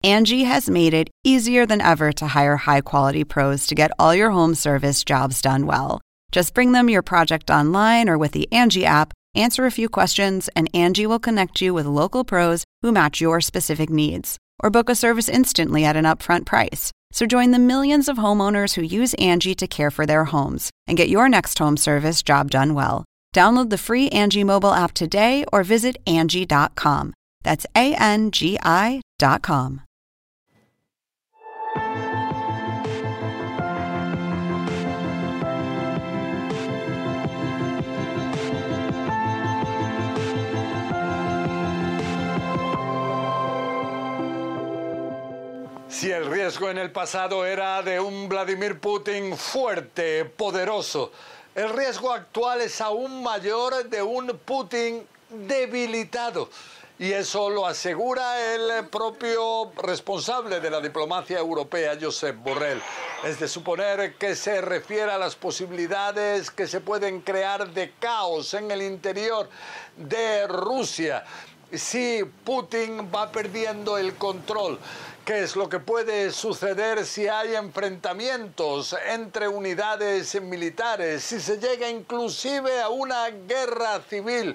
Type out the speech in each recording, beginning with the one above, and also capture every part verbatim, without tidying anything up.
Angie has made it easier than ever to hire high-quality pros to get all your home service jobs done well. Just bring them your project online or with the Angie app, answer a few questions, and Angie will connect you with local pros who match your specific needs. Or book a service instantly at an upfront price. So join the millions of homeowners who use Angie to care for their homes and get your next home service job done well. Download the free Angie mobile app today or visit Angie dot com. That's A N G I dot com. Si el riesgo en el pasado era de un Vladimir Putin fuerte, poderoso, el riesgo actual es aún mayor de un Putin debilitado. Y eso lo asegura el propio responsable de la diplomacia europea, Josep Borrell. Es de suponer que se refiere a las posibilidades que se pueden crear de caos en el interior de Rusia si Putin va perdiendo el control. ¿Qué es lo que puede suceder si hay enfrentamientos entre unidades militares? Si se llega inclusive a una guerra civil.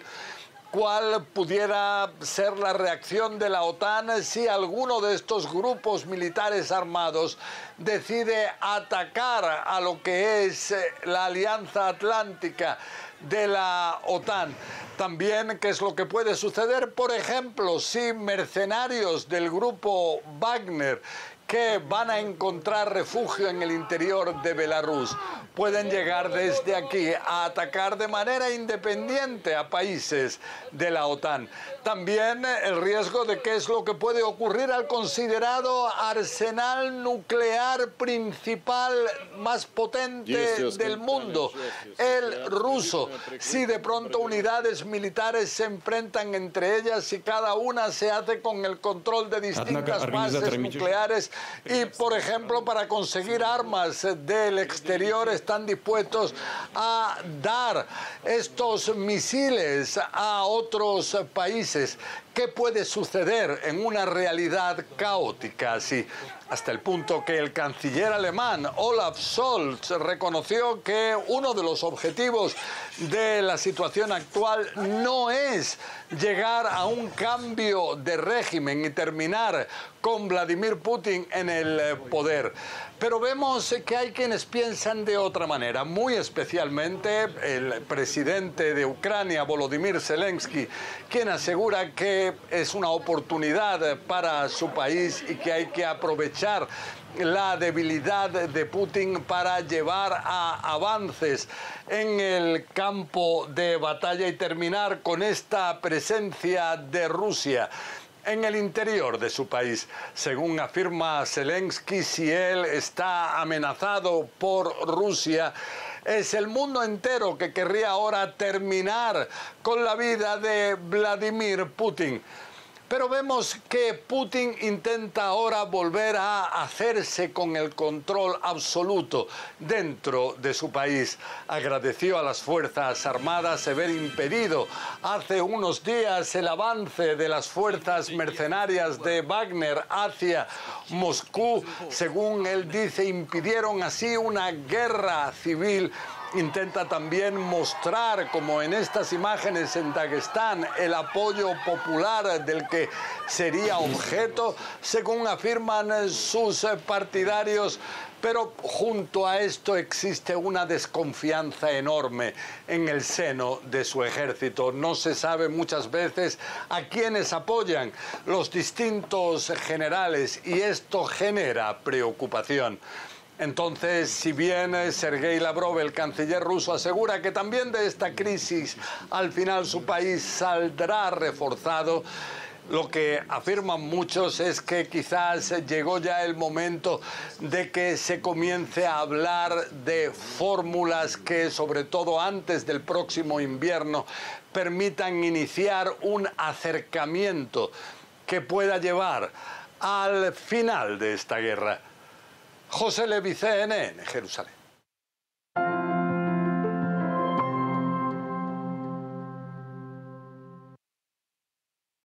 ¿Cuál pudiera ser la reacción de la OTAN si alguno de estos grupos militares armados decide atacar a lo que es la Alianza Atlántica de la OTAN? También, ¿qué es lo que puede suceder, por ejemplo, si mercenarios del grupo Wagner que van a encontrar refugio en el interior de Belarus pueden llegar desde aquí a atacar de manera independiente a países de la OTAN? También el riesgo de qué es lo que puede ocurrir al considerado arsenal nuclear principal más potente del mundo, el ruso. Si de pronto unidades militares se enfrentan entre ellas y cada una se hace con el control de distintas bases nucleares y, por ejemplo, para conseguir armas del exterior están dispuestos a dar estos misiles a otros países. ¿Qué puede suceder en una realidad caótica así? Hasta el punto que el canciller alemán Olaf Scholz reconoció que uno de los objetivos de la situación actual no es llegar a un cambio de régimen y terminar con Vladimir Putin en el poder. Pero vemos que hay quienes piensan de otra manera, muy especialmente el presidente de Ucrania, Volodymyr Zelensky, quien asegura que es una oportunidad para su país y que hay que aprovechar la debilidad de Putin para llevar a avances en el campo de batalla y terminar con esta presencia de Rusia en el interior de su país. Según afirma Zelensky, si él está amenazado por Rusia, es el mundo entero que querría ahora terminar con la vida de Vladimir Putin. Pero vemos que Putin intenta ahora volver a hacerse con el control absoluto dentro de su país. Agradeció a las Fuerzas Armadas haber impedido hace unos días el avance de las fuerzas mercenarias de Wagner hacia Moscú. Según él dice, impidieron así una guerra civil. Intenta también mostrar, como en estas imágenes en Daguestán, el apoyo popular del que sería objeto, según afirman sus partidarios. Pero junto a esto existe una desconfianza enorme en el seno de su ejército. No se sabe muchas veces a quiénes apoyan los distintos generales y esto genera preocupación. Entonces, si bien Sergei Lavrov, el canciller ruso, asegura que también de esta crisis al final su país saldrá reforzado, lo que afirman muchos es que quizás llegó ya el momento de que se comience a hablar de fórmulas que, sobre todo antes del próximo invierno, permitan iniciar un acercamiento que pueda llevar al final de esta guerra. José Levi, C N N, Jerusalén.